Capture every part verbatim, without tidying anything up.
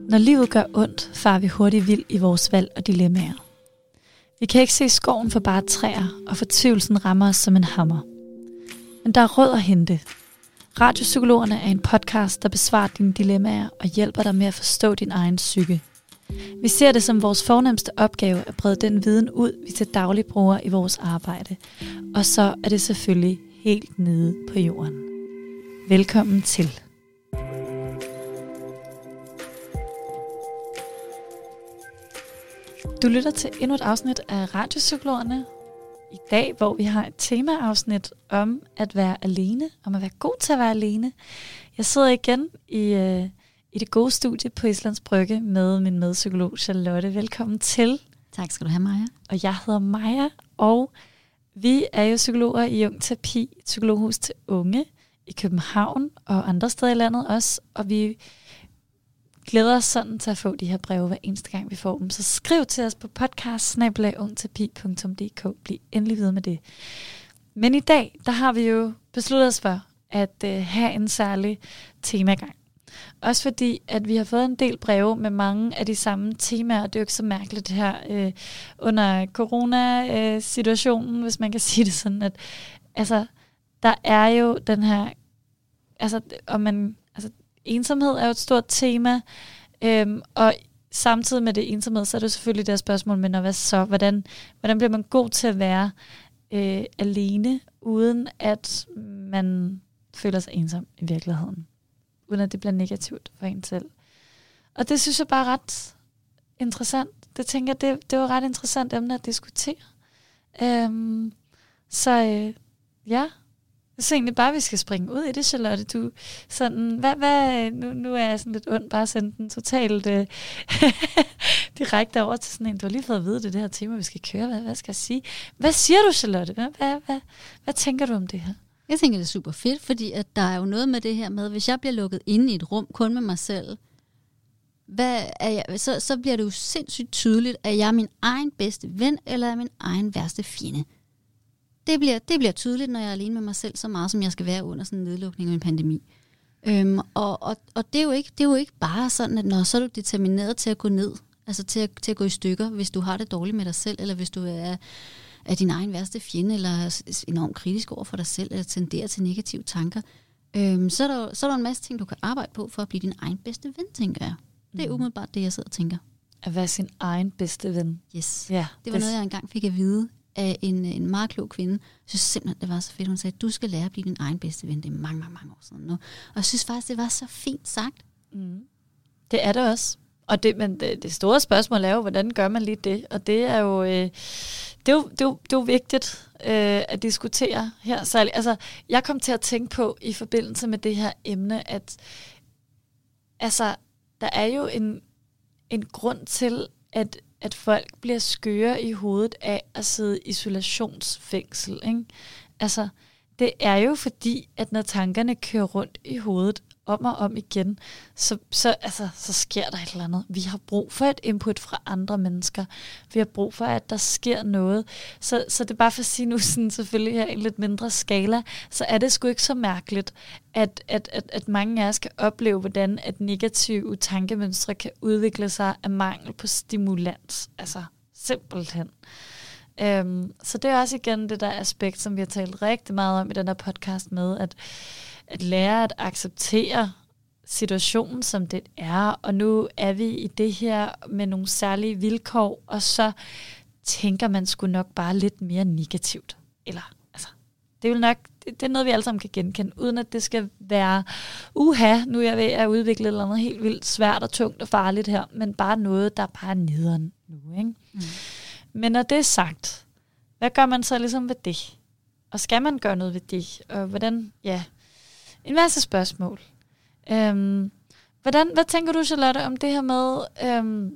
Når livet gør ondt, farer vi hurtigt vild i vores valg og dilemmaer. Vi kan ikke se skoven for bare træer, og fortvivlelsen rammer os som en hammer. Men der er råd at hente. Radiopsykologerne er en podcast, der besvarer dine dilemmaer og hjælper dig med at forstå din egen psyke. Vi ser det som vores fornemste opgave at brede den viden ud, vi til daglig bruger i vores arbejde. Og så er det selvfølgelig helt nede på jorden. Velkommen til. Du lytter til endnu et afsnit af Radiopsykologerne. I dag, hvor vi har et temaafsnit om at være alene, om at være god til at være alene. Jeg sidder igen i, øh, i det gode studie på Islands Brygge med min medpsykolog Charlotte. Velkommen til. Tak skal du have, Maja. Og jeg hedder Maja, og vi er jo psykologer i Ung Terapi, psykologhus til unge i København og andre steder i landet også. Og vi glæder os sådan til at få de her breve hver eneste gang, vi får dem. Så skriv til os på podcast snabel-a ungterapi punktum d k. Bliv endelig videre med det. Men i dag, der har vi jo besluttet os for at øh, have en særlig temagang. Også fordi, at vi har fået en del breve med mange af de samme temaer. Det er jo ikke så mærkeligt her øh, under corona-situationen, øh, hvis man kan sige det sådan, at altså, der er jo den her, altså, og man, altså, ensomhed er jo et stort tema, øhm, og samtidig med det ensomhed, så er det selvfølgelig det her spørgsmål, men hvad så? Hvordan, hvordan bliver man god til at være øh, alene, uden at man føler sig ensom i virkeligheden? Uden at det bliver negativt for en selv. Og det synes jeg bare er ret interessant. Det tænker jeg, det, det var et ret interessant emne at diskutere. Øhm, så øh, ja, jeg synes egentlig bare, vi skal springe ud i det, Charlotte. Du, sådan, hvad, hvad, nu, nu er jeg sådan lidt ond, bare sende den totalt øh, direkte over til sådan en. Du har lige fået at vide, det er det her tema, vi skal køre. Hvad, hvad skal jeg sige? Hvad siger du, Charlotte? Hvad, hvad, hvad, hvad tænker du om det her? Jeg tænker, det er super fedt, fordi at der er jo noget med det her med, hvis jeg bliver lukket inde i et rum kun med mig selv, hvad er jeg, så, så bliver det jo sindssygt tydeligt, at jeg er min egen bedste ven, eller er min egen værste fjende. Det bliver, det bliver tydeligt, når jeg er alene med mig selv, så meget som jeg skal være under sådan en nedlukning og en pandemi. Øhm, og og, og det, er jo ikke, det er jo ikke bare sådan, at når så er du determineret til at gå ned, altså til at, til at gå i stykker, hvis du har det dårligt med dig selv, eller hvis du er, er din egen værste fjende, eller er enormt kritisk over for dig selv, eller tenderer til negative tanker, øhm, så, er der, så er der en masse ting, du kan arbejde på for at blive din egen bedste ven, tænker jeg. Det er mm. umiddelbart det, jeg sidder og tænker. At være sin egen bedste ven. Yes. Ja, det var det noget, jeg engang fik at vide af en, en meget klog kvinde. Jeg synes simpelthen, det var så fedt. Hun sagde, du skal lære at blive din egen bedste ven. Det er mange, mange, mange år siden nu. Og jeg synes faktisk, det var så fint sagt. Mm. Det er det også. Og det, men det, det store spørgsmål er jo, hvordan gør man lige det? Og det er jo, øh, det er jo, det er jo, det er jo vigtigt øh, at diskutere her særligt. Altså, jeg kom til at tænke på i forbindelse med det her emne, at altså, der er jo en, en grund til, at at folk bliver skøre i hovedet af at sidde i isolationsfængsel, ikke? Altså, det er jo fordi, at når tankerne kører rundt i hovedet om og om igen, så, så, altså, så sker der et eller andet. Vi har brug for et input fra andre mennesker. Vi har brug for, at der sker noget. Så, så det er bare for at sige nu, sådan, selvfølgelig her i en lidt mindre skala, så er det sgu ikke så mærkeligt, at, at, at, at mange af os kan opleve, hvordan at negative tankemønstre kan udvikle sig af mangel på stimulans. Altså simpelthen. Um, så det er også igen det der aspekt, som vi har talt rigtig meget om i den her podcast med, at at lære at acceptere situationen, som det er, og nu er vi i det her med nogle særlige vilkår, og så tænker man sgu nok bare lidt mere negativt. Eller, altså, det er jo nok, det, det er noget, vi alle sammen kan genkende, uden at det skal være, uha, nu er jeg ved at udvikle et eller andet helt vildt svært og tungt og farligt her, men bare noget, der bare er nederen nu, ikke? Mm. Men når det er sagt, hvad gør man så ligesom ved det? Og skal man gøre noget ved det? Og hvordan, ja, en masse spørgsmål. Øhm, hvordan, hvad tænker du, Charlotte, om det her med øhm,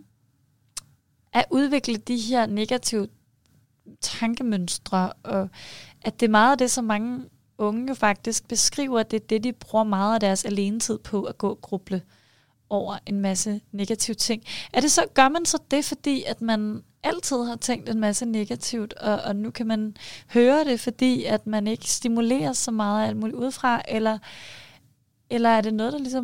at udvikle de her negative tankemønstre, og at det er meget af det, som mange unge jo faktisk beskriver, at det er det, de bruger meget af deres alenetid på, at gå og gruble over en masse negative ting. Er det så, gør man så det, fordi at man altid har tænkt en masse negativt, og, og nu kan man høre det, fordi at man ikke stimuleres så meget af alt muligt udefra, eller, eller er det noget, der ligesom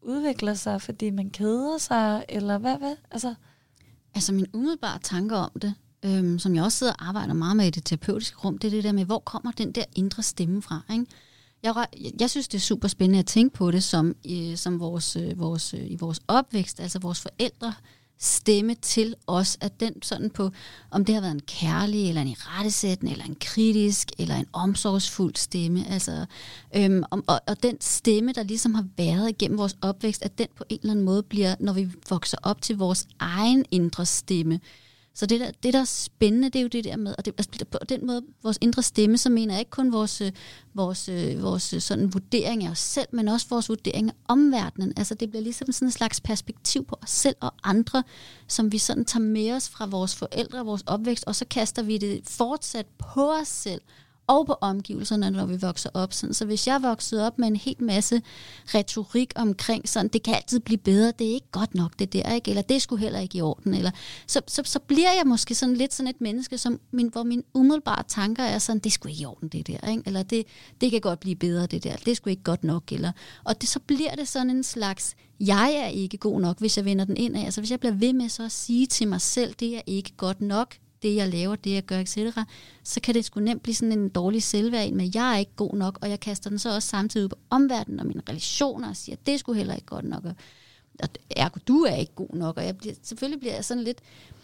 udvikler sig, fordi man keder sig, eller hvad, hvad? Altså, altså min umiddelbare tanker om det, øhm, som jeg også sidder og arbejder meget med i det terapeutiske rum, det er det der med, hvor kommer den der indre stemme fra, ikke? Jeg, jeg synes, det er super spændende at tænke på det som, øh, som vores, øh, vores, øh, i vores opvækst, altså vores forældre stemme til os, at den sådan på, om det har været en kærlig, eller en irettesættende, eller en kritisk, eller en omsorgsfuld stemme, altså, øhm, og, og den stemme, der ligesom har været igennem vores opvækst, at den på en eller anden måde bliver, når vi vokser op til vores egen indre stemme. Så det der, det, der er spændende, det er jo det der med, og det, altså på den måde, vores indre stemme, så mener jeg ikke kun vores, vores, vores sådan vurdering af os selv, men også vores vurdering af omverdenen. Altså det bliver ligesom sådan en slags perspektiv på os selv og andre, som vi sådan tager med os fra vores forældre og vores opvækst, og så kaster vi det fortsat på os selv og på omgivelserne, når vi vokser op. Sådan. Så hvis jeg voksede op med en hel masse retorik omkring sådan, det kan altid blive bedre, det er ikke godt nok det der, ikke? Eller det skulle heller ikke i orden, eller så, så, så bliver jeg måske sådan lidt sådan et menneske, som min, hvor mine umiddelbare tanker er sådan, det skulle ikke i orden det der, ikke? Eller det, det kan godt blive bedre det der, det skulle ikke godt nok, eller og det, så bliver det sådan en slags, jeg er ikke god nok, hvis jeg vender den ind af. Altså hvis jeg bliver ved med så at sige til mig selv, det er ikke godt nok, det jeg laver, det jeg gør, et cetera, så kan det sgu nemt blive sådan en dårlig selvværd, men jeg er ikke god nok, og jeg kaster den så også samtidig ud på omverdenen og mine relationer, og siger, det er sgu heller ikke godt nok, og, og ergo, du er ikke god nok, og jeg bliver, selvfølgelig bliver jeg sådan lidt,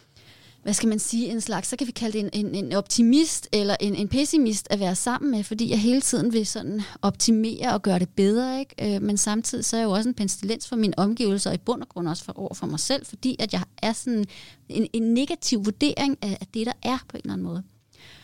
hvad skal man sige, en slags, så kan vi kalde det en, en, en optimist eller en, en pessimist at være sammen med, fordi jeg hele tiden vil sådan optimere og gøre det bedre, ikke? Øh, men samtidig så er jeg jo også en pestilens for mine omgivelser, og i bund og grund også for, over for mig selv, fordi at jeg er sådan en, en negativ vurdering af, af det, der er på en eller anden måde.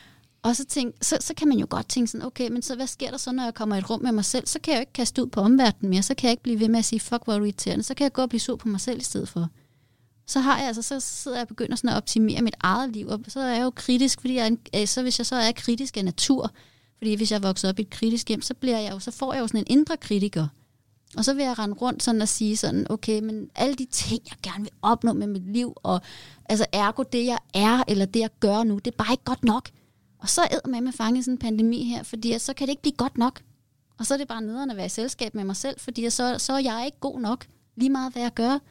Og så, tænk, så, så kan man jo godt tænke sådan, okay, men så hvad sker der så, når jeg kommer i et rum med mig selv? Så kan jeg jo ikke kaste ud på omverdenen mere, så kan jeg ikke blive ved med at sige, fuck, hvor er du irriterende, så kan jeg gå og blive sur på mig selv i stedet for. Så har jeg altså, så sidder jeg og begynder sådan at optimere mit eget liv, og så er jeg jo kritisk, fordi jeg er, så hvis jeg så er kritisk af natur, fordi hvis jeg vokser op i et kritisk hjem, så bliver jeg jo, så får jeg jo sådan en indre kritiker. Og så vil jeg rende rundt sådan og sige sådan, okay, men alle de ting, jeg gerne vil opnå med mit liv, og altså ergo det, jeg er, eller det, jeg gør nu, det er bare ikke godt nok. Og så æder man med fange i sådan en pandemi her, fordi så kan det ikke blive godt nok. Og så er det bare nederen at være i selskab med mig selv, fordi så, så er jeg ikke god nok, lige meget hvad jeg gør.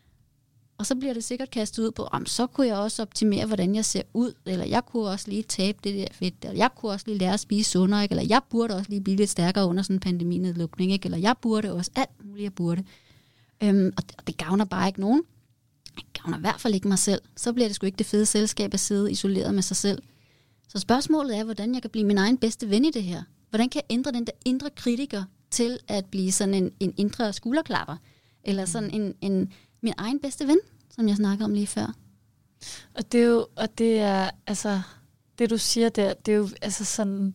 Og så bliver det sikkert kastet ud på, om så kunne jeg også optimere, hvordan jeg ser ud, eller jeg kunne også lige tabe det der fedt, eller jeg kunne også lige lære at spise sundere, ikke? Eller jeg burde også lige blive lidt stærkere under sådan en pandeminedlukning, ikke? Eller jeg burde også, alt muligt jeg burde. Øhm, og, det, og det gavner bare ikke nogen. Det gavner i hvert fald ikke mig selv. Så bliver det sgu ikke det fede selskab at sidde isoleret med sig selv. Så spørgsmålet er, hvordan jeg kan blive min egen bedste ven i det her. Hvordan kan jeg ændre den der indre kritiker til at blive sådan en, en indre skulderklapper, eller sådan en, en min egen bedste ven, som jeg snakkede om lige før. Og det er jo, og det er, altså, det du siger der, det er jo, altså sådan,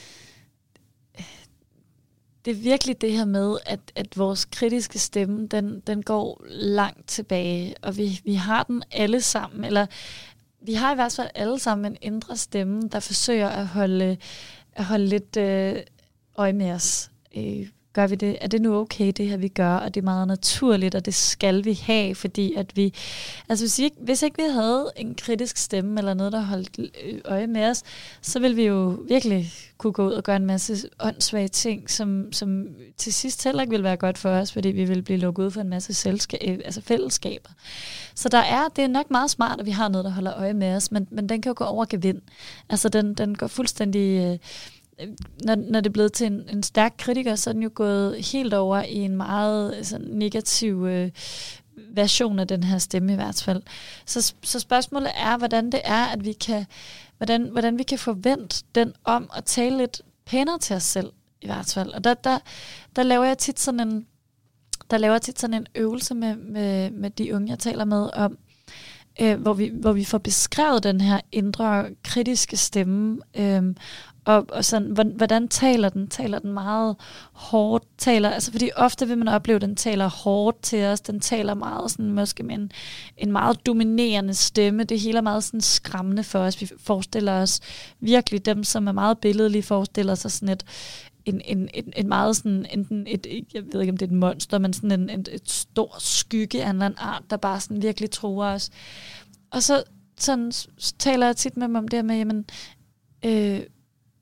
det er virkelig det her med, at, at vores kritiske stemme, den, den går langt tilbage, og vi, vi har den alle sammen, eller vi har i hvert fald alle sammen en indre stemme, der forsøger at holde, at holde lidt øh, øje med os. Øh, Gør vi det? Er det nu okay, det her vi gør? Og det er meget naturligt, og det skal vi have, fordi at vi... Altså hvis ikke, hvis ikke vi havde en kritisk stemme, eller noget, der holdt øje med os, så ville vi jo virkelig kunne gå ud og gøre en masse åndssvage ting, som, som til sidst heller ikke ville være godt for os, fordi vi ville blive lukket ud for en masse selskab, altså fællesskaber. Så der er, det er nok meget smart, at vi har noget, der holder øje med os, men, men den kan jo gå over gevind. Altså den, den går fuldstændig... Øh, Når, når det er blevet til en, en stærk kritiker, så er den jo gået helt over i en meget sådan, negativ øh, version af den her stemme i hvert fald. Så, så spørgsmålet er, hvordan det er, at vi kan, hvordan, hvordan vi kan forvente den om at tale lidt pænere til os selv i hvert fald. Og der, der, der laver jeg tit sådan en, der laver jeg tit sådan en øvelse med, med, med de unge, jeg taler med om, øh, hvor, vi, hvor vi får beskrevet den her indre kritiske stemme, øh, Og, og sådan, hvordan taler den? Taler den meget hårdt? Taler, altså fordi ofte vil man opleve, at den taler hårdt til os. Den taler meget sådan, måske med en, en meget dominerende stemme. Det hele er meget sådan skræmmende for os. Vi forestiller os virkelig, dem som er meget billedlige, forestiller sig sådan et, en, en, en, en meget sådan, enten et, jeg ved ikke om det er et monster, men sådan en, en, et stor skygge af en eller anden art, der bare sådan virkelig truer os. Og så sådan, taler jeg tit med dem om det her med, jamen, øh,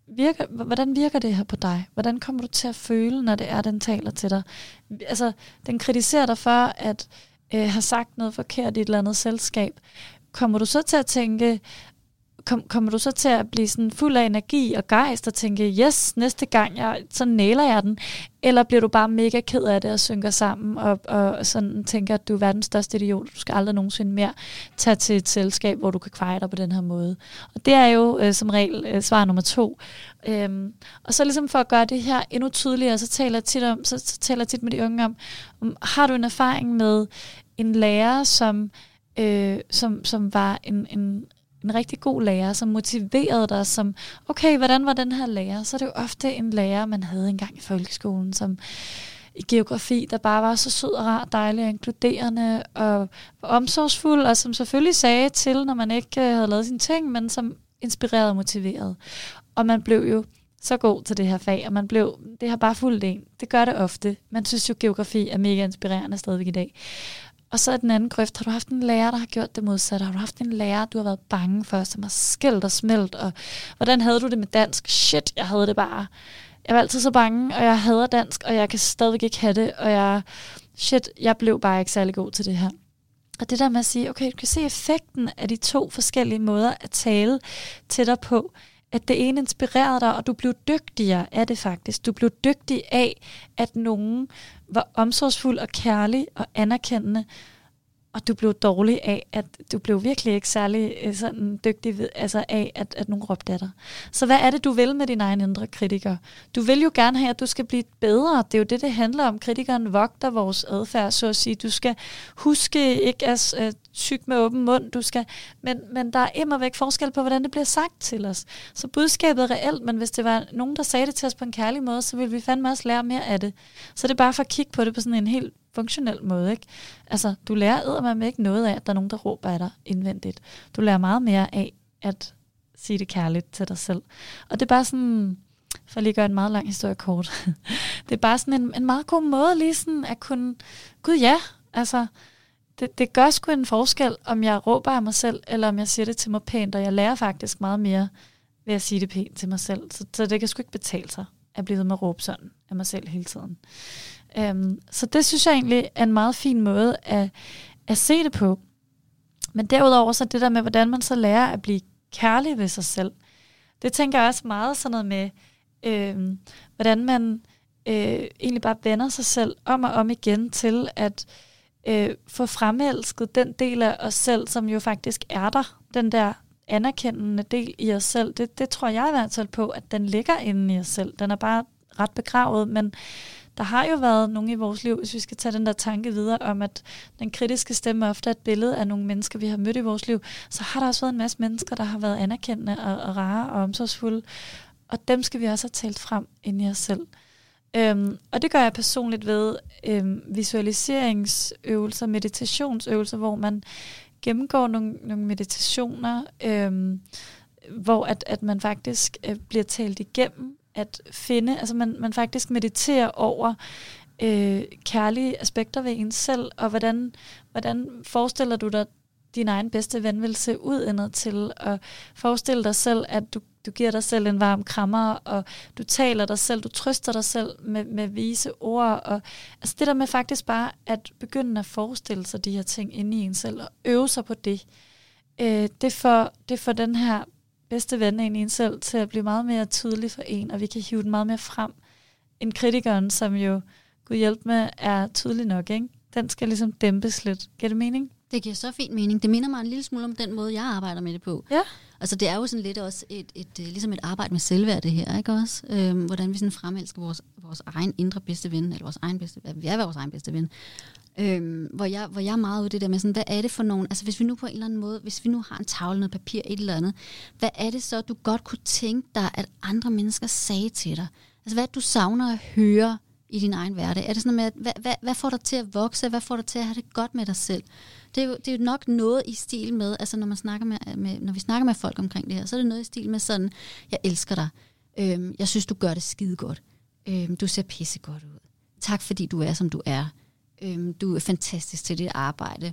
virker, hvordan virker det her på dig? Hvordan kommer du til at føle, når det er, den taler til dig? Altså, den kritiserer dig for at øh, have sagt noget forkert i et eller andet selskab. Kommer du så til at tænke, kom, kommer du så til at blive sådan fuld af energi og gejst og tænke, yes, næste gang, jeg, så nailer jeg den? Eller bliver du bare mega ked af det og synker sammen og, og sådan tænker, at du er verdens største idiot, du skal aldrig nogensinde mere tage til et selskab, hvor du kan kveje dig på den her måde? Og det er jo øh, som regel øh, svar nummer to. Øhm, og så ligesom for at gøre det her endnu tydeligere, så taler jeg tit, om, så, så taler jeg tit med de unge om, om, har du en erfaring med en lærer, som, øh, som, som var en, en en rigtig god lærer, som motiverede dig, som, okay, hvordan var den her lærer? Så er det jo ofte en lærer, man havde engang i folkeskolen, som i geografi, der bare var så sød og rar, dejlig og inkluderende og omsorgsfuld, og som selvfølgelig sagde til, når man ikke havde lavet sine ting, men som inspirerede og motiverede. Og man blev jo så god til det her fag, og man blev, det har bare fulgt en. Det gør det ofte. Man synes jo, geografi er mega inspirerende stadigvæk i dag. Og så er den anden grøft, har du haft en lærer, der har gjort det modsatte? Har du haft en lærer, du har været bange for, som har skældt og smelt? Og hvordan havde du det med dansk? Shit, jeg havde det bare. Jeg var altid så bange, og jeg hader dansk, og jeg kan stadigvæk ikke have det. Og jeg, shit, jeg blev bare ikke særlig god til det her. Og det der med at sige, okay, du kan se effekten af de to forskellige måder at tale til dig på. At det ene inspirerede dig, og du blev dygtigere af det faktisk. Du blev dygtig af, at nogen var omsorgsfuld og kærlig og anerkendende, og du blev dårlig af, at du blev virkelig ikke særlig sådan dygtig ved, altså af, at, at nogen råbte af dig. Så hvad er det, du vil med din egen indre kritiker? Du vil jo gerne have, at du skal blive bedre. Det er jo det, det handler om. Kritikeren vogter vores adfærd, så at sige. Du skal huske ikke at uh, tyk med åben mund. Du skal, men, men der er immervæk forskel på, hvordan det bliver sagt til os. Så budskabet er reelt, men hvis det var nogen, der sagde det til os på en kærlig måde, så ville vi fandme også lære mere af det. Så det er bare for at kigge på det på sådan en helt funktionel måde, ikke? Altså, du lærer eddermame ikke noget af, at der er nogen, der råber af dig indvendigt. Du lærer meget mere af at sige det kærligt til dig selv. Og det er bare sådan, for lige at gøre en meget lang historie kort, det er bare sådan en, en meget god måde lige sådan at kunne, gud ja, altså, det, det gør sgu en forskel, om jeg råber af mig selv, eller om jeg siger det til mig pænt, og jeg lærer faktisk meget mere ved at sige det pænt til mig selv. Så, så det kan sgu ikke betale sig at blive ved med at råbe sådan af mig selv hele tiden. Um, så det synes jeg egentlig er en meget fin måde at, at se det på. Men derudover så det der med, hvordan man så lærer at blive kærlig ved sig selv. Det tænker jeg også meget sådan noget med, øh, hvordan man øh, egentlig bare vender sig selv om og om igen til at øh, få fremelsket den del af os selv, som jo faktisk er der. Den der anerkendende del i os selv. Det, det tror jeg i hvert fald på, at den ligger inde i os selv. Den er bare ret begravet, men der har jo været nogen i vores liv, hvis vi skal tage den der tanke videre om, at den kritiske stemme ofte er et billede af nogle mennesker, vi har mødt i vores liv, så har der også været en masse mennesker, der har været anerkendende og, og rare og omsorgsfulde, og dem skal vi også have talt frem ind i os selv. Øhm, og det gør jeg personligt ved øhm, visualiseringsøvelser, meditationsøvelser, hvor man gennemgår nogle, nogle meditationer, øhm, hvor at, at man faktisk øh, bliver talt igennem, at finde, altså man, man faktisk mediterer over øh, kærlige aspekter ved en selv, og hvordan, hvordan forestiller du dig din egen bedste ven vil se ud indad til, og forestille dig selv, at du, du giver dig selv en varm krammer, og du taler dig selv, du trøster dig selv med, med vise ord, og altså det der med faktisk bare at begynde at forestille sig de her ting inde i en selv, og øve sig på det, øh, det får det får den her bedste ven ind i en selv til at blive meget mere tydelig for en, og vi kan hive den meget mere frem end kritikeren, som jo, Gud hjælp med, er tydelig nok, ikke? Den skal ligesom dæmpes lidt. Giver det mening? Det giver så fin mening. Det minder mig en lille smule om den måde, jeg arbejder med det på. Ja. Altså det er jo sådan lidt også et, et, et, ligesom et arbejde med selvværd, det her, ikke også? Øhm, hvordan vi sådan fremelsker vores, vores egen indre bedste ven, eller vores egen bedste, vi er vores egen bedste ven. Øhm, hvor, jeg, hvor jeg er meget ude det der med sådan, hvad er det for nogen, altså hvis vi nu på en eller anden måde, hvis vi nu har en tavle, noget papir, et eller andet, hvad er det så, du godt kunne tænke dig, at andre mennesker sagde til dig? Altså hvad du savner at høre i din egen hverdag? Er det sådan noget med, hvad, hvad, hvad får dig til at vokse? Hvad får dig til at have det godt med dig selv? Det er jo, det er jo nok noget i stil med, altså når man snakker med, med, når vi snakker med folk omkring det her, så er det noget i stil med sådan, jeg elsker dig. Øhm, jeg synes, du gør det skide godt. Øhm, du ser pissegodt ud. Tak fordi du er, som du er. Øhm, du er fantastisk til dit arbejde.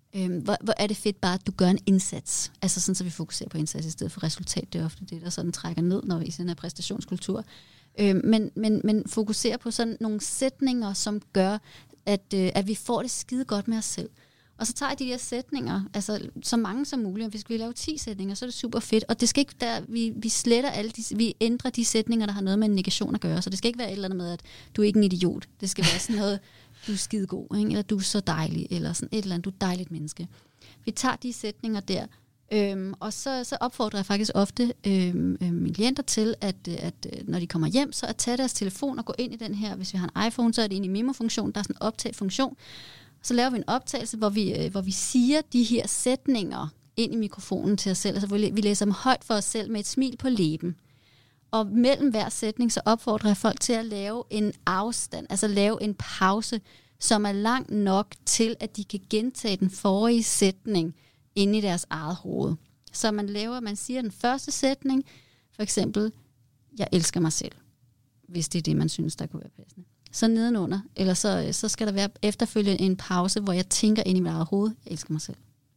Øhm, hvor, hvor er det fedt bare, at du gør en indsats. Altså sådan, så vi fokuserer på indsats i stedet for resultat. Det er ofte det, der sådan trækker ned, når vi i sådan her præstationskultur. Øhm, men, men, men fokuserer på sådan nogle sætninger, som gør, at, øh, at vi får det skide godt med os selv. Og så tager jeg de der sætninger, altså så mange som muligt, og hvis vi laver ti sætninger, så er det super fedt. Og det skal ikke der, vi, vi sletter alle de, vi ændrer de sætninger, der har noget med en negation at gøre. Så det skal ikke være et eller andet med, at du er ikke en idiot. Det skal være sådan noget, du er skidegod, ikke? Eller du er så dejlig, eller sådan et eller andet, du er et dejligt menneske. Vi tager de sætninger der, øhm, og så, så opfordrer jeg faktisk ofte øhm, øhm, mine klienter til, at, at når de kommer hjem, så at tage deres telefon og gå ind i den her, hvis vi har en iPhone, så er det ind i memo-funktion, der er sådan en optag-funktion. Så laver vi en optagelse, hvor vi, øh, hvor vi siger de her sætninger ind i mikrofonen til os selv. Altså vi læser dem højt for os selv med et smil på læben. Og mellem hver sætning, så opfordrer jeg folk til at lave en afstand, altså lave en pause, som er lang nok til, at de kan gentage den forrige sætning inde i deres eget hoved. Så man laver, man siger den første sætning, for eksempel, jeg elsker mig selv, hvis det er det, man synes, der kunne være passende. Så nedenunder, eller så, så skal der være efterfølgende en pause, hvor jeg tænker ind i mit eget hoved, jeg elsker mig selv.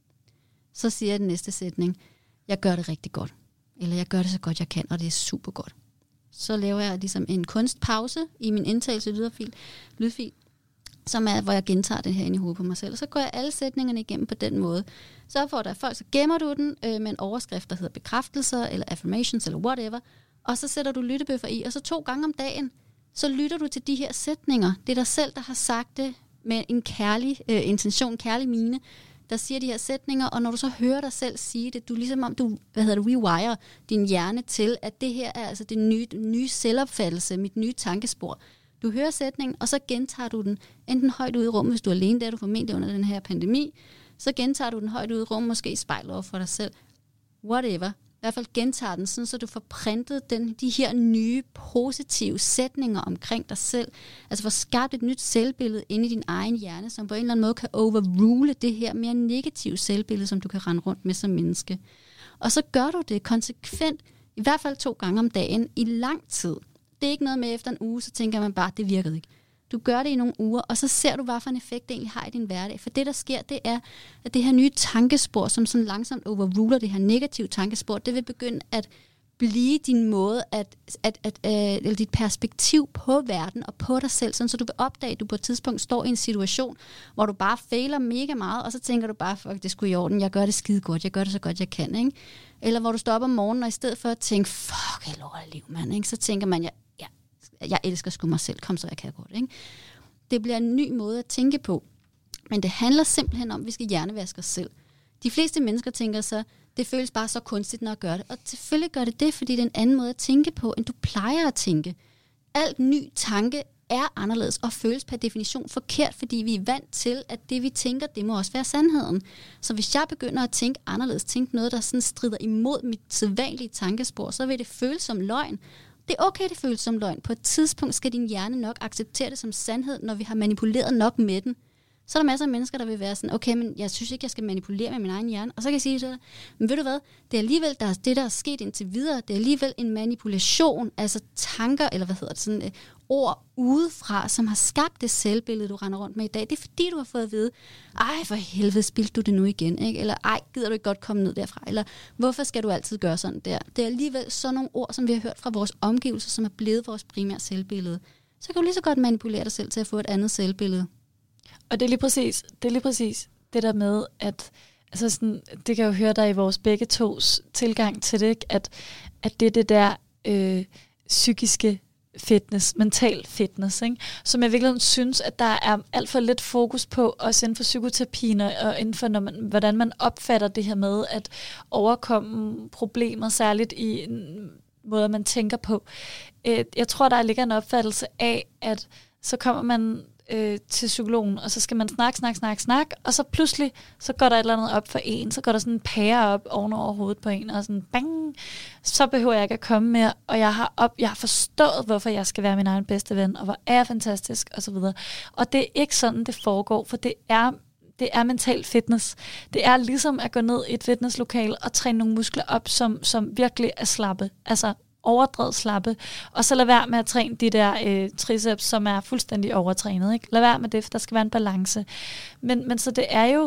Så siger jeg den næste sætning, jeg gør det rigtig godt. Eller jeg gør det så godt, jeg kan, og det er super godt. Så laver jeg ligesom en kunstpause i min indtagelse lydfil, lydfil som er, hvor jeg gentager det her ind i hovedet på mig selv. Og så går jeg alle sætningerne igennem på den måde. Så får der folk, så gemmer du den øh, med en overskrift, der hedder bekræftelser, eller affirmations, eller whatever. Og så sætter du lyttebøffer i, og så to gange om dagen, så lytter du til de her sætninger. Det er dig selv, der har sagt det med en kærlig øh, intention, en kærlig mine, der siger de her sætninger, og når du så hører dig selv sige det, du ligesom om du, hvad hedder det, rewire din hjerne til, at det her er altså det nye, nye selvopfattelse, mit nye tankespor. Du hører sætningen, og så gentager du den enten højt ude i rummet, hvis du er alene, der er du formentlig under den her pandemi, så gentager du den højt ude i rummet, måske i spejlet over for dig selv. Whatever. I hvert fald gentager den, sådan, så du får printet den, de her nye, positive sætninger omkring dig selv. Altså får skabt et nyt selvbillede inde i din egen hjerne, som på en eller anden måde kan overrule det her mere negative selvbillede, som du kan rende rundt med som menneske. Og så gør du det konsekvent, i hvert fald to gange om dagen, i lang tid. Det er ikke noget med efter en uge, så tænker man bare, det virkede ikke. Du gør det i nogle uger, og så ser du, hvad for en effekt det egentlig har i din hverdag. For det, der sker, det er, at det her nye tankespor, som sådan langsomt overruler det her negative tankespor, det vil begynde at blive din måde, at, at, at, at, eller dit perspektiv på verden og på dig selv, sådan, så du vil opdage, at du på et tidspunkt står i en situation, hvor du bare fejler mega meget, og så tænker du bare, fuck, det skulle i orden, jeg gør det skide godt, jeg gør det så godt, jeg kan, ikke? Eller hvor du står op om morgenen, og i stedet for at tænke, fuck, jeg lover liv, mand, ikke? Så tænker man, jeg jeg elsker sgu mig selv, kom så jeg kan godt, ikke? Det bliver en ny måde at tænke på. Men det handler simpelthen om, at vi skal hjernevaske os selv. De fleste mennesker tænker så, det føles bare så kunstigt, når jeg gør det. Og selvfølgelig gør det det, fordi det er en anden måde at tænke på, end du plejer at tænke. Alt ny tanke er anderledes og føles per definition forkert, fordi vi er vant til, at det vi tænker, det må også være sandheden. Så hvis jeg begynder at tænke anderledes, tænke noget, der sådan strider imod mit sædvanlige tankespor, så vil det føles som løgn. Det er okay, det føles som løgn. På et tidspunkt skal din hjerne nok acceptere det som sandhed, når vi har manipuleret nok med den. Så er der masser af mennesker, der vil være sådan, okay, men jeg synes ikke, jeg skal manipulere med min egen hjerne. Og så kan jeg sige til dig, men ved du hvad, det er alligevel der er det, der er sket indtil videre. Det er alligevel en manipulation, altså tanker, eller hvad hedder det, sådan et ord udefra, som har skabt det selvbillede, du render rundt med i dag. Det er fordi, du har fået at vide, ej, for helvede, spildte du det nu igen, ikke? Eller ej, gider du ikke godt komme ned derfra? Eller hvorfor skal du altid gøre sådan der? Det er alligevel sådan nogle ord, som vi har hørt fra vores omgivelser, som er blevet vores primære selvbillede. Så kan du lige så godt manipulere dig selv til at få et andet selvbillede. Og det er lige præcis, det er lige præcis det der med, at altså sådan, det kan jo høre dig i vores begge tos tilgang til det, ikke? At, at det er det der øh, psykiske fitness, mental fitness, ikke? Som jeg virkelig synes, at der er alt for lidt fokus på, også inden for psykoterapien og inden for, når man, hvordan man opfatter det her med at overkomme problemer, særligt i en måde, man tænker på. Øh, jeg tror, der ligger en opfattelse af, at så kommer man øh, til psykologen, og så skal man snakke, snakke, snakke, snakke, og så pludselig, så går der et eller andet op for en, så går der sådan en pære op oven over hovedet på en, og sådan bang, så behøver jeg ikke at komme mere, og jeg har, op, jeg har forstået, hvorfor jeg skal være min egen bedste ven, og hvor er jeg fantastisk, og så videre. Og det er ikke sådan, det foregår, for det er Det er mental fitness. Det er ligesom at gå ned i et fitnesslokale og træne nogle muskler op, som, som virkelig er slappe. Altså overdrevet slappe. Og så lad være med at træne de der øh, triceps, som er fuldstændig overtrænet. Ikke? Lad være med det, for der skal være en balance. Men, men så det er jo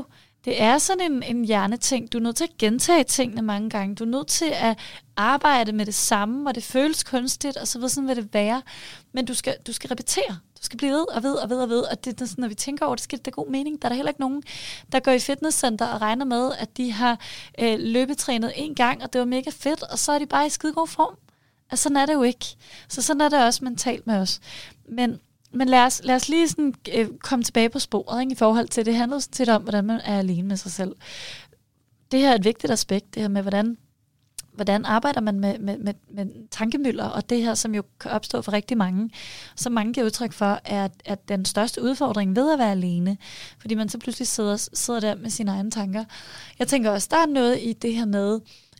det er sådan en, en hjerneting. Du er nødt til at gentage tingene mange gange. Du er nødt til at arbejde med det samme, og det føles kunstigt, og så ved sådan vil det være. Men du skal, du skal repetere. Du skal blive ved og ved og ved og ved. Og det, det, sådan, når vi tænker over det, skal det da god mening. Der er der heller ikke nogen, der går i fitnesscenter og regner med, at de har øh, løbetrænet en gang, og det var mega fedt, og så er de bare i skidegod form. Altså sådan er det jo ikke. Så sådan er det også mentalt med os. Men Men lad os, lad os lige sådan, øh, komme tilbage på sporet, ikke, i forhold til, det handler sådan set om, hvordan man er alene med sig selv. Det her er et vigtigt aspekt, det her med, hvordan, hvordan arbejder man med, med, med, med tankemøller, og det her, som jo kan opstå for rigtig mange, som mange giver udtryk for, er, at den største udfordring ved at være alene, fordi man så pludselig sidder, sidder der med sine egne tanker. Jeg tænker også, der er noget i det her med,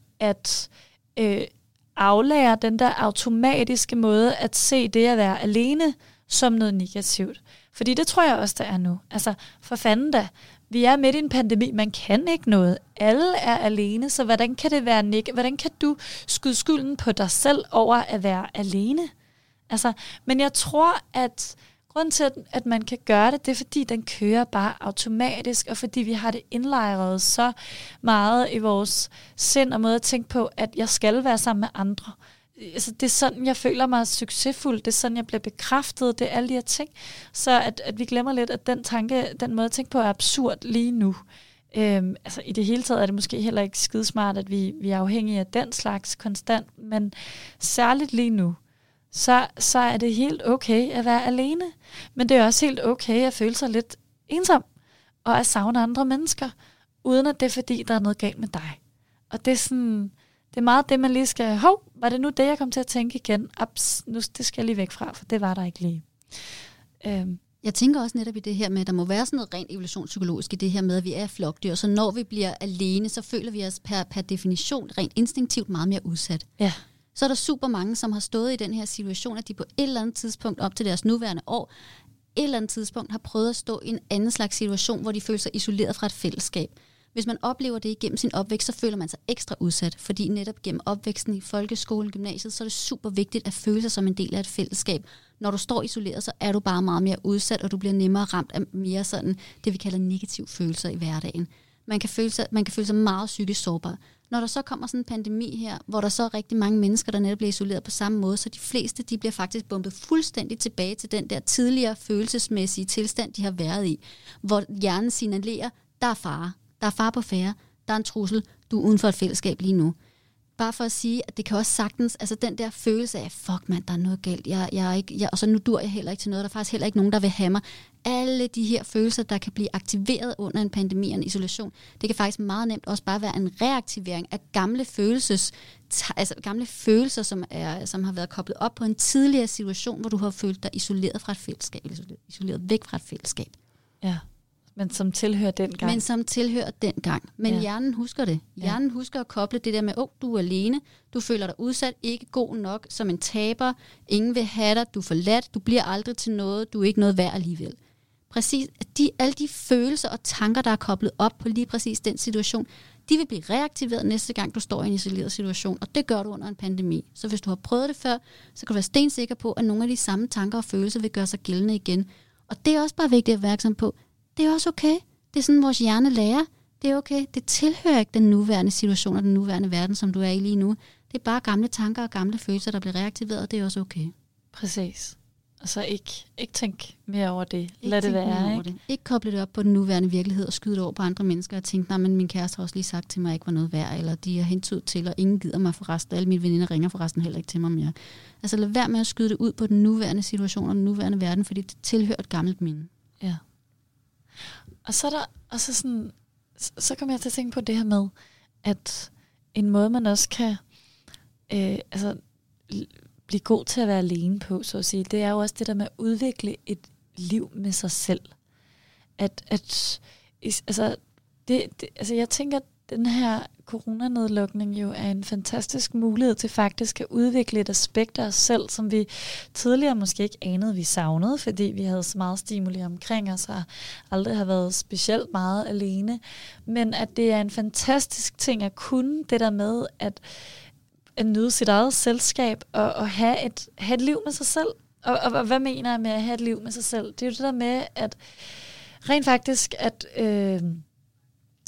at øh, aflære den der automatiske måde at se det at være alene som noget negativt. Fordi det tror jeg også, der er nu. Altså, for fanden da. Vi er midt i en pandemi. Man kan ikke noget. Alle er alene, så hvordan kan det være neg- Hvordan kan du skyde skylden på dig selv over at være alene? Altså, men jeg tror, at grunden til, at man kan gøre det, det er, fordi den kører bare automatisk, og fordi vi har det indlejret så meget i vores sind og måde at tænke på, at jeg skal være sammen med andre. Altså, det er sådan, jeg føler mig succesfuld. Det er sådan, jeg bliver bekræftet. Det er alle de her ting. Så at, at vi glemmer lidt, at den tanke, den måde at tænke på, er absurd lige nu. Øhm, altså, i det hele taget er det måske heller ikke skidesmart, at vi, vi er afhængige af den slags konstant. Men særligt lige nu, så, så er det helt okay at være alene. Men det er også helt okay at føle sig lidt ensom og at savne andre mennesker, uden at det er, fordi der er noget galt med dig. Og det er sådan... Det er meget det, man lige skal... Hov, var det nu det, jeg kom til at tænke igen? Ups, nu det skal jeg lige væk fra, for det var der ikke lige. Øhm. Jeg tænker også netop i det her med, at der må være sådan noget rent evolutionspsykologisk i det her med, at vi er flokdyr, så når vi bliver alene, så føler vi os per, per definition rent instinktivt meget mere udsat. Ja. Så er der super mange, som har stået i den her situation, at de på et eller andet tidspunkt op til deres nuværende år, et eller andet tidspunkt har prøvet at stå i en anden slags situation, hvor de føler sig isoleret fra et fællesskab. Hvis man oplever det igennem sin opvækst, så føler man sig ekstra udsat, fordi netop gennem opvæksten i folkeskolen, gymnasiet, så er det super vigtigt at føle sig som en del af et fællesskab. Når du står isoleret, så er du bare meget mere udsat, og du bliver nemmere ramt af mere sådan, det vi kalder negative følelser i hverdagen. Man kan føle sig, man kan føle sig meget psykisk sårbar. Når der så kommer sådan en pandemi her, hvor der så er rigtig mange mennesker, der netop bliver isoleret på samme måde, så de fleste, de bliver faktisk bumpet fuldstændig tilbage til den der tidligere følelsesmæssige tilstand, de har været i, hvor hjernen signalerer, der er fare. Der er fare på færre, der er en trussel, du er uden for et fællesskab lige nu. Bare for at sige, at det kan også sagtens, altså den der følelse af, fuck mand, der er noget galt, jeg, jeg er ikke, jeg, og så nu dur jeg heller ikke til noget, der er faktisk heller ikke nogen, der vil have mig. Alle de her følelser, der kan blive aktiveret under en pandemi og en isolation, det kan faktisk meget nemt også bare være en reaktivering af gamle følelses, altså gamle følelser, som, er, som har været koblet op på en tidligere situation, hvor du har følt dig isoleret fra et fællesskab, isoleret, isoleret væk fra et fællesskab. Ja. Men som tilhører den gang. Men som tilhører den gang. Men ja. Hjernen husker det. Hjernen ja. husker at koble det der med, åh, oh, du er alene, du føler dig udsat, ikke god nok, som en taber, ingen vil have dig, du er forladt, du bliver aldrig til noget, du er ikke noget værd alligevel. Præcis, de, alle de følelser og tanker, der er koblet op på lige præcis den situation, de vil blive reaktiveret næste gang, du står i en isoleret situation, og det gør du under en pandemi. Så hvis du har prøvet det før, så kan du være stensikker på, at nogle af de samme tanker og følelser vil gøre sig gældende igen. Og det er også bare vigtigt at være opmærksom på. Det er også okay. Det er sådan, vores hjerne lærer. Det er okay. Det tilhører ikke den nuværende situation og den nuværende verden, som du er i lige nu. Det er bare gamle tanker og gamle følelser, der bliver reaktiveret, og det er også okay. Præcis. Og så ikke, ikke tænk mere over det. Ikke Lad det være. Ikke? Det. Ikke koble det op på den nuværende virkelighed og skyde det over på andre mennesker og tænke, nej, men min kæreste har også lige sagt til mig, at jeg ikke var noget værd, eller de har hentydet til, og ingen gider mig for resten. Alle mine veninder ringer for resten heller ikke til mig mere. Altså lad være med at skyde det ud på den nuværende situation og den nuværende verden, fordi det tilhører et gammelt minde. Ja. Og så er der, og så sådan, så kommer jeg til at tænke på det her med, at en måde man også kan, øh, altså blive god til at være alene på, så at sige, det er jo også det der med at udvikle et liv med sig selv. At, at altså, det, det, altså jeg tænker, at den her coronanedlukning jo er en fantastisk mulighed til faktisk at udvikle et aspekt af os selv, som vi tidligere måske ikke anede, vi savnede, fordi vi havde så meget stimuli omkring os og aldrig har været specielt meget alene. Men at det er en fantastisk ting at kunne det der med at, at nyde sit eget selskab og, og have, et, have et liv med sig selv. Og, og, og hvad mener jeg med at have et liv med sig selv? Det er jo det der med, at rent faktisk, at... Øh,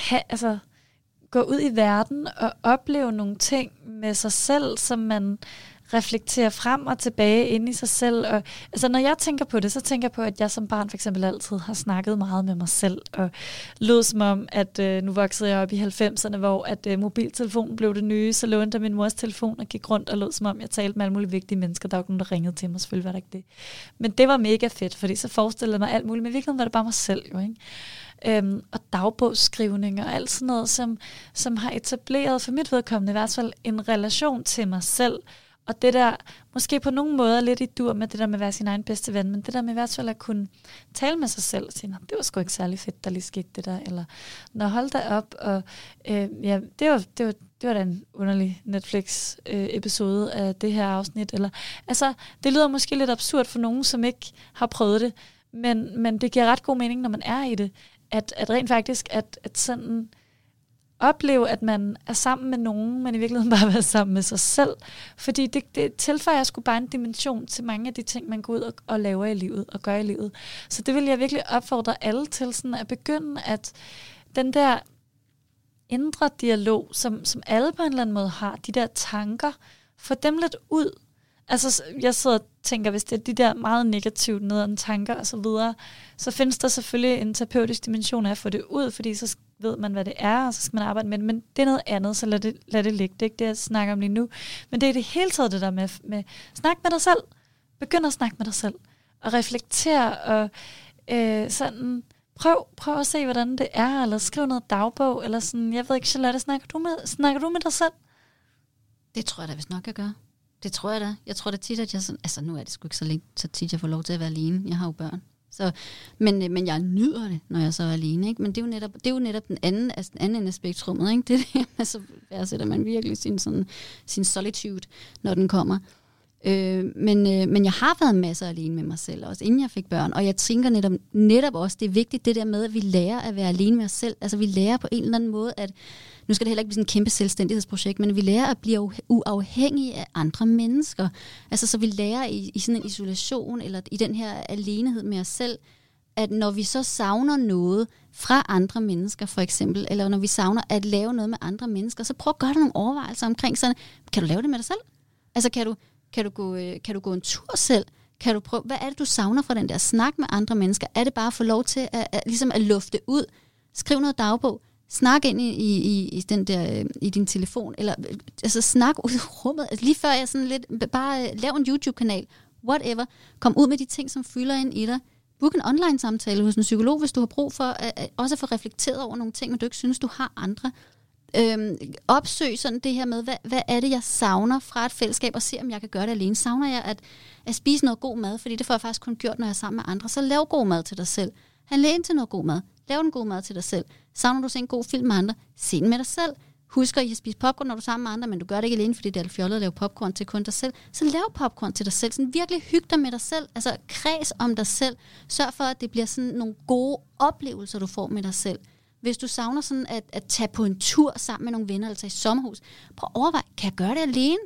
ha, altså, gå ud i verden og opleve nogle ting med sig selv, som man reflekterer frem og tilbage ind i sig selv. Og, altså, når jeg tænker på det, så tænker jeg på, at jeg som barn for eksempel altid har snakket meget med mig selv, og lød som om, at øh, nu voksede jeg op i halvfemserne, hvor at øh, mobiltelefonen blev det nye, så lånte jeg min mors telefon og gik rundt og lød som om, jeg talte med alle mulige vigtige mennesker. Der var nogen, der ringede til mig, selvfølgelig var det ikke det. Men det var mega fedt, fordi så forestillede jeg mig alt muligt, men i virkeligheden var det bare mig selv, jo, ikke? Øhm, og dagbogsskrivning og alt sådan noget, som, som har etableret, for mit vedkommende i hvert fald, en relation til mig selv. Og det der, måske på nogle måder lidt i dur med det der med at være sin egen bedste ven, men det der med i hvert fald at kunne tale med sig selv og sige, det var sgu ikke særlig fedt, der lige skete det der, eller når hold da op, og øh, ja, det var, det, var, det var da en underlig Netflix-episode øh, af det her afsnit, eller, altså, det lyder måske lidt absurd for nogen, som ikke har prøvet det, men, men det giver ret god mening, når man er i det, at, at rent faktisk, at, at sådan opleve, at man er sammen med nogen, men i virkeligheden bare være sammen med sig selv. Fordi det, det tilføjer sgu bare en dimension til mange af de ting, man går ud og, og laver i livet og gør i livet. Så det vil jeg virkelig opfordre alle til, sådan at begynde, at den der indre dialog, som, som alle på en eller anden måde har, de der tanker, få dem lidt ud. Altså, jeg sidder og tænker, hvis det er de der meget negativt nederen tanker og så videre, så findes der selvfølgelig en terapeutisk dimension af at få det ud, fordi så ved man, hvad det er, og så skal man arbejde med det. Men det er noget andet, så lad det, lad det ligge. Det er ikke det, jeg snakker om lige nu. Men det er det hele taget det der med, med snak med dig selv. Begynd at snakke med dig selv. Og reflektere og øh, sådan, prøv, prøv at se, hvordan det er, eller skriv noget dagbog, eller sådan, jeg ved ikke, Charlotte, snakker du med, snakker du med dig selv? Det tror jeg da, hvis nok jeg gør. Det tror jeg da. Jeg tror da tit, at jeg sådan, altså nu er det sgu ikke så længe, så tit jeg får lov til at være alene. Jeg har jo børn. Så, men, men jeg nyder det, når jeg så er alene. Ikke? Men det er jo netop, det er jo netop den anden, altså den anden ende af spektrummet. Ikke? Det er det, altså, værdsætter man virkelig sin, sådan, sin solitude, når den kommer. Øh, men, øh, men jeg har været masser alene med mig selv, også inden jeg fik børn. Og jeg tænker netop, netop også, det er vigtigt det der med, at vi lærer at være alene med os selv. Altså vi lærer på en eller anden måde, at nu skal det heller ikke blive sådan en kæmpe selvstændighedsprojekt, men vi lærer at blive uafhængige af andre mennesker. Altså så vi lærer i, i sådan en isolation, eller i den her alenehed med os selv, at når vi så savner noget fra andre mennesker, for eksempel, eller når vi savner at lave noget med andre mennesker, så prøv at gøre dig nogle overvejelser omkring sådan, kan du lave det med dig selv? Altså kan du, kan du, gå, kan du gå en tur selv? Kan du prøve, hvad er det, du savner fra den der snak med andre mennesker? Er det bare at få lov til at, at, ligesom at lufte ud? Skriv noget dagbog. Snak ind i, i, i, den der, i din telefon, eller altså snak ud i rummet. Altså, lige før jeg sådan lidt, bare lav en YouTube-kanal, whatever. Kom ud med de ting, som fylder ind i dig. Book en online-samtale hos en psykolog, hvis du har brug for at, at også at få reflekteret over nogle ting, men du ikke synes, du har andre. Øhm, opsøg sådan det her med, hvad, hvad er det, jeg savner fra et fællesskab, og se, om jeg kan gøre det alene. Savner jeg at, at spise noget god mad, fordi det får jeg faktisk kun gjort, når jeg er sammen med andre. Så lav god mad til dig selv. Handle ind til noget god mad. Lav en god mad til dig selv. Savner du at se en god film med andre? Se den med dig selv. Husk at spise popcorn, når du er sammen med andre, men du gør det ikke alene, fordi det er fjollet at lave popcorn til kun dig selv. Så lav popcorn til dig selv. Sådan virkelig hyg dig med dig selv. Altså kreds om dig selv. Sørg for, at det bliver sådan nogle gode oplevelser, du får med dig selv. Hvis du savner sådan at, at tage på en tur sammen med nogle venner, eller tage i sommerhus, prøv at overveje, kan jeg gøre det alene?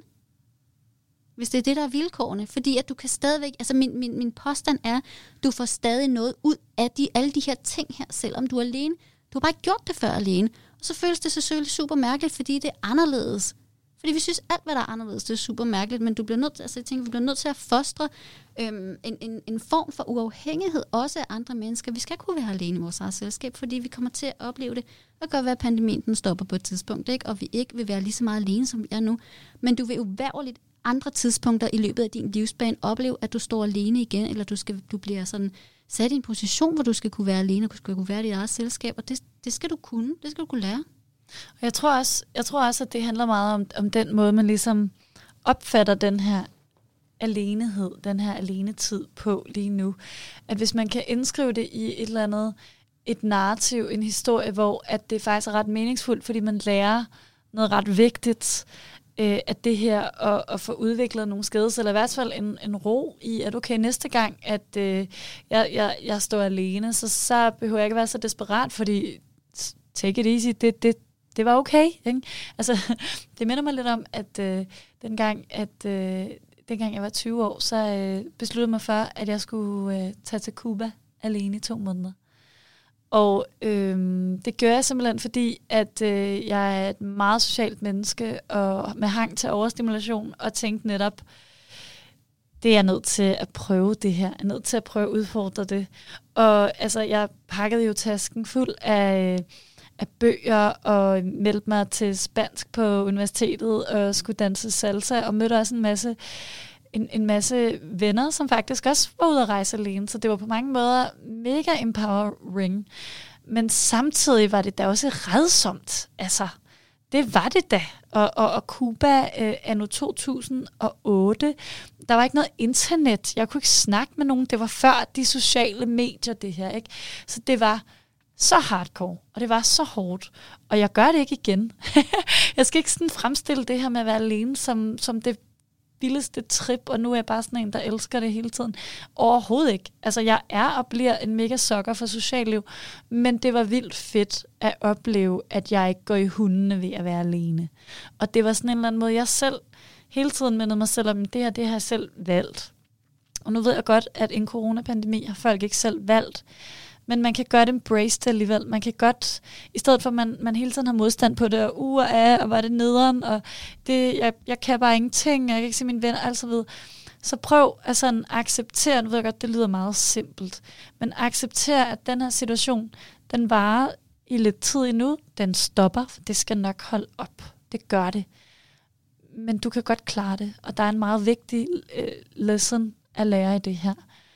Hvis det er det, der er vilkårene. Fordi at du kan stadigvæk, altså min, min, min påstand er, du får stadig noget ud af de, alle de her ting her, selvom du er alene. Du har bare ikke gjort det før alene. Og så føles det selvfølgelig super mærkeligt, fordi det er anderledes. Fordi vi synes, alt hvad der er anderledes, det er super mærkeligt, men du bliver nødt til, altså jeg tænker, vi bliver nødt til at fostre øhm, en, en, en form for uafhængighed, også af andre mennesker. Vi skal kunne være alene i vores eget selskab, fordi vi kommer til at opleve det. Det kan godt være, at pandemien den stopper på et tidspunkt, ikke? Og vi ikke vil være lige så meget alene, som vi er nu. Men du vil jo uværligt andre tidspunkter i løbet af din livsbane opleve, at du står alene igen, eller du, skal, du bliver sådan sat i en position, hvor du skal kunne være alene, og skal kunne være i dit eget selskab, og det, det skal du kunne, det skal du kunne lære. Og jeg tror også, jeg tror også, at det handler meget om, om den måde, man ligesom opfatter den her alenehed, den her alenetid på lige nu. At hvis man kan indskrive det i et eller andet, et narrativ, en historie, hvor at det faktisk er ret meningsfuldt, fordi man lærer noget ret vigtigt, øh, at det her at, at få udviklet nogle skades, eller i hvert fald en, en ro i, at okay, næste gang, at øh, jeg, jeg, jeg står alene, så, så behøver jeg ikke være så desperat, fordi take it easy, det, det, det var okay. Ikke? Altså, det minder mig lidt om, at øh, dengang, at øh, dengang jeg var tyve år, så øh, besluttede mig for, at jeg skulle øh, tage til Cuba alene i to måneder. Og øhm, det gør jeg simpelthen, fordi at øh, jeg er et meget socialt menneske, og med hang til overstimulation, og tænkte netop, det er jeg nødt til at prøve det her. Jeg er nødt til at prøve at udfordre det. Og altså, jeg pakkede jo tasken fuld af, af bøger, og meldte mig til spansk på universitetet, og skulle danse salsa, og mødte også en masse, en, en masse venner, som faktisk også var ude at rejse alene. Så det var på mange måder mega empowering. Men samtidig var det da også rædsomt. Altså, det var det da. Og, og, og Cuba øh, anno to tusind og otte, der var ikke noget internet. Jeg kunne ikke snakke med nogen. Det var før de sociale medier, det her, ikke? Så det var så hardcore, og det var så hårdt. Og jeg gør det ikke igen. Jeg skal ikke sådan fremstille det her med at være alene som, som det vildeste trip, og nu er jeg bare sådan en, der elsker det hele tiden. Overhovedet ikke. Altså, jeg er og bliver en mega sukker for socialliv, men det var vildt fedt at opleve, at jeg ikke går i hundene ved at være alene. Og det var sådan en eller anden måde, jeg selv hele tiden mindede mig selv om, det her, det har jeg selv valgt. Og nu ved jeg godt, at en coronapandemi har folk ikke selv valgt, men man kan godt embrace det alligevel. Man kan godt, i stedet for at man, man hele tiden har modstand på det, og uh og af, og var det nederen, og det, jeg, jeg kan bare ingenting, og jeg kan ikke se mine venner, alt så videre. Så prøv at sådan acceptere, nu ved jeg godt, det lyder meget simpelt, men acceptere, at den her situation, den varer i lidt tid endnu, den stopper, for det skal nok holde op. Det gør det. Men du kan godt klare det, og der er en meget vigtig øh, lesson at lære i det her.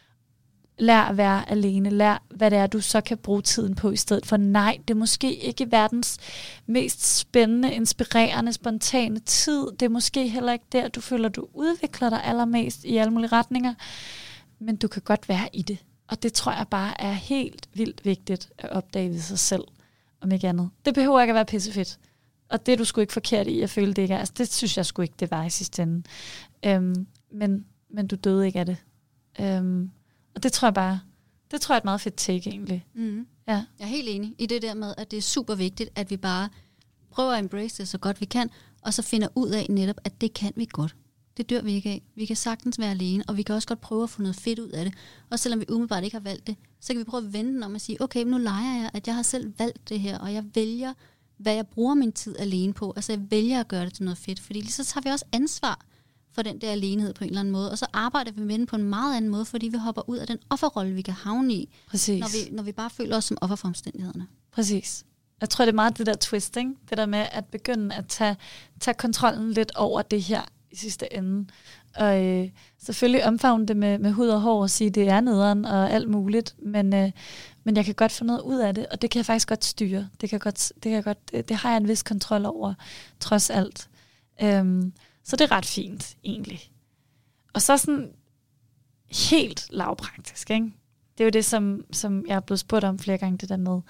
Lær at være alene. Lær, hvad det er, du så kan bruge tiden på i stedet for. Nej, det er måske ikke verdens mest spændende, inspirerende, spontane tid. Det er måske heller ikke der, du føler, du udvikler dig allermest i alle mulige retninger. Men du kan godt være i det. Og det tror jeg bare er helt vildt vigtigt at opdage ved sig selv, om ikke andet. Det behøver ikke at være pissefedt. Og det er du sgu ikke forkert i at føle det ikke er. Altså, det synes jeg sgu ikke, det var i sidste ende. Øhm, men, men du døde ikke af det. Øhm, Og det tror jeg bare, det tror jeg er et meget fedt take egentlig. Mm. Ja. Jeg er helt enig i det der med, at det er super vigtigt, at vi bare prøver at embrace det så godt vi kan, og så finder ud af netop, at det kan vi godt. Det dør vi ikke af. Vi kan sagtens være alene, og vi kan også godt prøve at få noget fedt ud af det. Og selvom vi umiddelbart ikke har valgt det, så kan vi prøve at vende den om og sige, okay, nu leger jeg, at jeg har selv valgt det her, og jeg vælger, hvad jeg bruger min tid alene på. Altså jeg vælger at gøre det til noget fedt, fordi så tager vi også ansvar for den der alenehed på en eller anden måde, og så arbejder vi med den på en meget anden måde, fordi vi hopper ud af den offerrolle, vi kan havne i, Præcis. Når, vi, når vi bare føler os som offer for omstændighederne. Præcis. Jeg tror, det er meget det der twisting, det der med at begynde at tage, tage kontrollen lidt over det her i sidste ende. Og øh, selvfølgelig omfavne det med, med hud og hår og sige, det er nederen og alt muligt, men, øh, men jeg kan godt få noget ud af det, og det kan jeg faktisk godt styre. Det, kan godt, det, kan jeg godt, det, det har jeg en vis kontrol over, trods alt. Øhm, Så det er ret fint, egentlig. Og så sådan helt lavpraktisk, ikke? Det er jo det, som, som jeg er blevet spurgt om flere gange, det der med,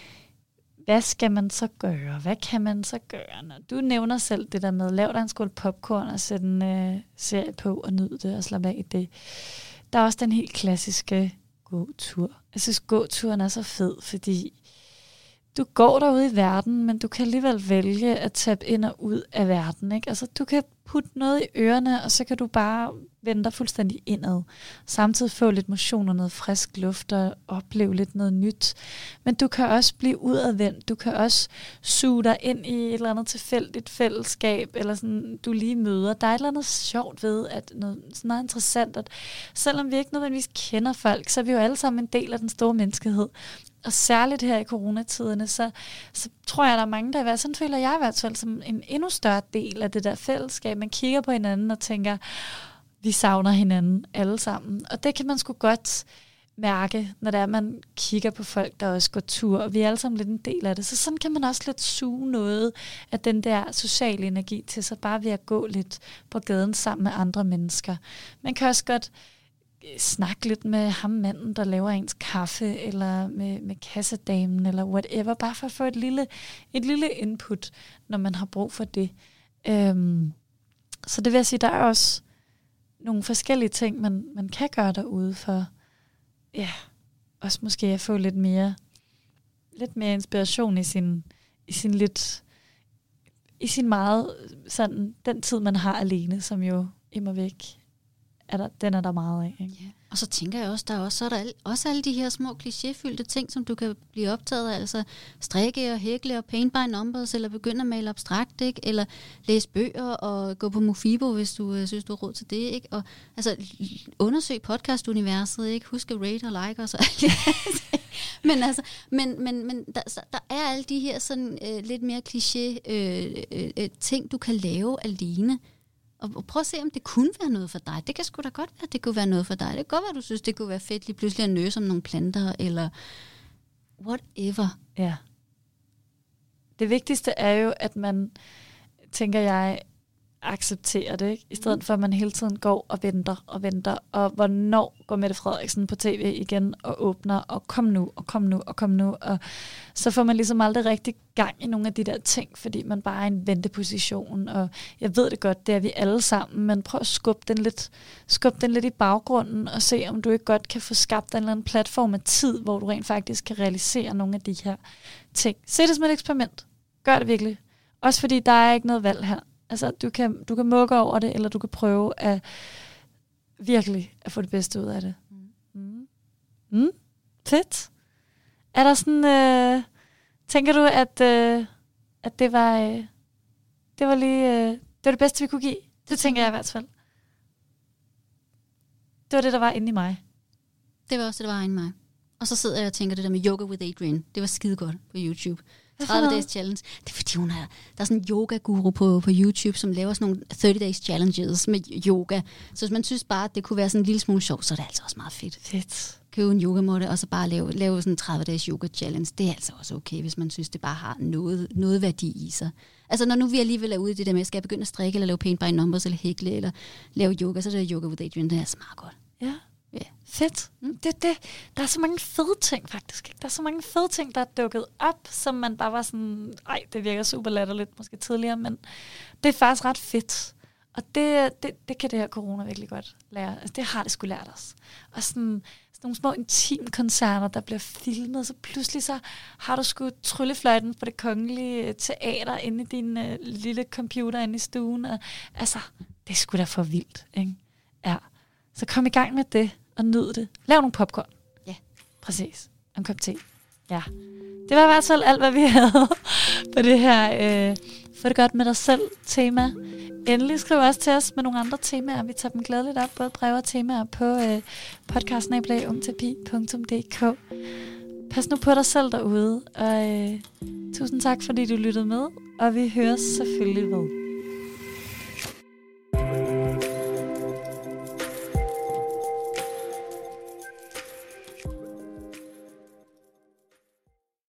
hvad skal man så gøre? Hvad kan man så gøre? Når du nævner selv det der med, lav dig en skål popcorn og sæt en øh, serie på og nyd det og slappe af i det. Der er også den helt klassiske gåtur. Jeg synes, gåturen er så fed, fordi du går derude i verden, men du kan alligevel vælge at tabe ind og ud af verden, ikke? Altså, du kan putte noget i ørerne, og så kan du bare vende dig fuldstændig indad. Samtidig få lidt motion og noget frisk luft og opleve lidt noget nyt. Men du kan også blive udadvendt. Du kan også suge dig ind i et eller andet tilfældigt fællesskab, eller sådan, du lige møder. Der er et eller andet sjovt ved, at noget sådan meget interessant, at selvom vi ikke nødvendigvis kender folk, så er vi jo alle sammen en del af den store menneskehed. Og særligt her i coronatiderne, så, så tror jeg, der er mange, der i hvert fald, sådan føler jeg i hvert fald, som en endnu større del af det der fællesskab. Man kigger på hinanden og tænker, vi savner hinanden alle sammen. Og det kan man sgu godt mærke, når det er, man kigger på folk, der også går tur. Og vi er alle sammen lidt en del af det. Så sådan kan man også lidt suge noget af den der sociale energi til sig, bare ved at gå lidt på gaden sammen med andre mennesker. Man kan også godt snakke lidt med ham manden, der laver ens kaffe, eller med, med kassedamen, eller whatever, bare for at få et lille, et lille input, når man har brug for det. Øhm, så det vil jeg sige, der er også nogle forskellige ting, man, man kan gøre derude for, ja, også måske at få lidt mere, lidt mere inspiration i sin, i sin lidt, i sin meget, sådan, den tid, man har alene, som jo immer væk, er der, den er der meget af, ikke? Ja. Og så tænker jeg også, der er også, så er der alle, også alle de her små klichéfyldte ting, som du kan blive optaget af, altså strikke og hækle og paint by numbers, eller begynde at male abstrakt, ikke? Eller læse bøger og gå på Mofibo, hvis du øh, synes, du har råd til det, ikke? Og altså, undersøg podcastuniverset, ikke? Husk at rate og like og så alt det. men altså, men, men, men der, der er alle de her sådan øh, lidt mere kliché øh, øh, ting, du kan lave alene. Og prøv at se, om det kunne være noget for dig. Det kan sgu da godt være, at det kunne være noget for dig. Det kan godt være, at du synes, det kunne være fedt lige pludselig at nøse om nogle planter, eller whatever. Ja. Det vigtigste er jo, at man, tænker jeg, accepterer det, ikke? I stedet mm. for, at man hele tiden går og venter og venter. Og hvornår går Mette Frederiksen på tv igen og åbner, og kom nu, og kom nu, og kom nu. Og så får man ligesom aldrig rigtig gang i nogle af de der ting, fordi man bare er i en venteposition. Og jeg ved det godt, det er vi alle sammen, men prøv at skubbe den lidt, skubbe den lidt i baggrunden, og se, om du ikke godt kan få skabt en eller anden platform af tid, hvor du rent faktisk kan realisere nogle af de her ting. Se det som et eksperiment. Gør det virkelig. Også fordi der er ikke noget valg her. Altså, du kan, du kan mukke over det, eller du kan prøve at virkelig at få det bedste ud af det. Mm. Mm. Fedt. Er der sådan, øh, tænker du, at, øh, at det var, øh, det var lige, øh, det var det bedste, vi kunne give? Det tænker jeg i hvert fald. Det var det, der var inde i mig. Det var også det, der var inde i mig. Og så sidder jeg og tænker det der med Yoga with Adriene. Det var skide godt på YouTube. tredive days challenge. Det er fordi hun er, der er sådan en yoga-guru på, på YouTube, som laver sådan nogle thirty days challenges med yoga. Så hvis man synes bare, at det kunne være sådan en lille smule sjov, så er det altså også meget fedt. Fedt. Købe en yogamåtte, og så bare lave, lave sådan en tredive days yoga challenge. Det er altså også okay, hvis man synes, det bare har noget, noget værdi i sig. Altså når nu vi alligevel er ude i det der med, skal jeg begynde at strikke, eller lave paint by numbers, eller hækle, eller lave yoga, så er det yoga with Adriene, det er altså meget godt. Ja. Ja, fedt. Mm. Det, det. Der er så mange fede ting, faktisk. Ikke? Der er så mange fede ting, der er dukket op, som man bare var sådan, ej, det virker super latterligt, måske tidligere, men det er faktisk ret fedt. Og det, det, det kan det her corona virkelig godt lære. Altså, det har det sgu lært os. Og sådan, sådan nogle små intimkoncerter, der bliver filmet, så pludselig så har du sgu tryllefløjten på Det Kongelige Teater inde i din uh, lille computer inde i stuen. Og, altså, det er sgu da for vildt, ikke? Ja. Så kom i gang med det, og nyd det. Lav nogle popcorn. Ja. Præcis. Og en kop te. Ja. Det var i hvert fald alt, hvad vi havde på det her øh, få det godt med dig selv tema. Endelig skriv også til os med nogle andre temaer. Vi tager dem glædeligt op, både breve og temaer på øh, podcast bindestreg ungterapi punktum d k. Pas nu på dig selv derude, og øh, tusind tak, fordi du lyttede med, og vi høres selvfølgelig ved.